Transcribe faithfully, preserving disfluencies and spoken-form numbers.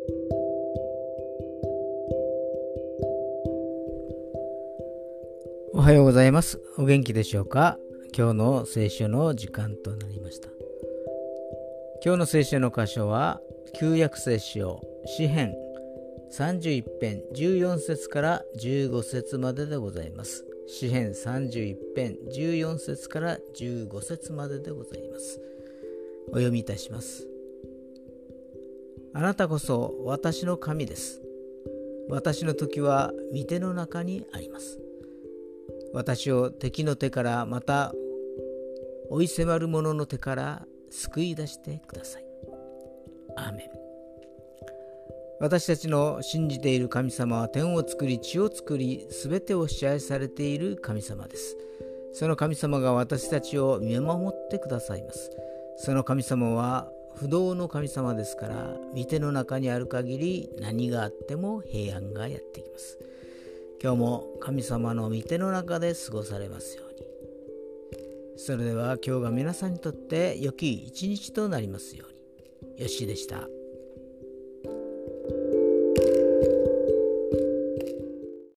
おはようございます。お元気でしょうか。今日の聖書の時間となりました。今日の聖書の箇所は旧約聖書詩編さんじゅういっ編じゅうよん節からじゅうご節まででございます。詩編さんじゅういっ編じゅうよん節からじゅうご節まででございます。お読みいたします。あなたこそ私の神です。私の時は御手の中にあります。私を敵の手から、また追い迫る者の手から救い出してください。アーメン。私たちの信じている神様は天を作り地を作り、すべてを支配されている神様です。その神様が私たちを見守ってくださいます。その神様は不動の神様ですから、御手の中にある限り何があっても平安がやってきます。今日も神様の御手の中で過ごされますように。それでは今日が皆さんにとって良き一日となりますように。よっしーでした。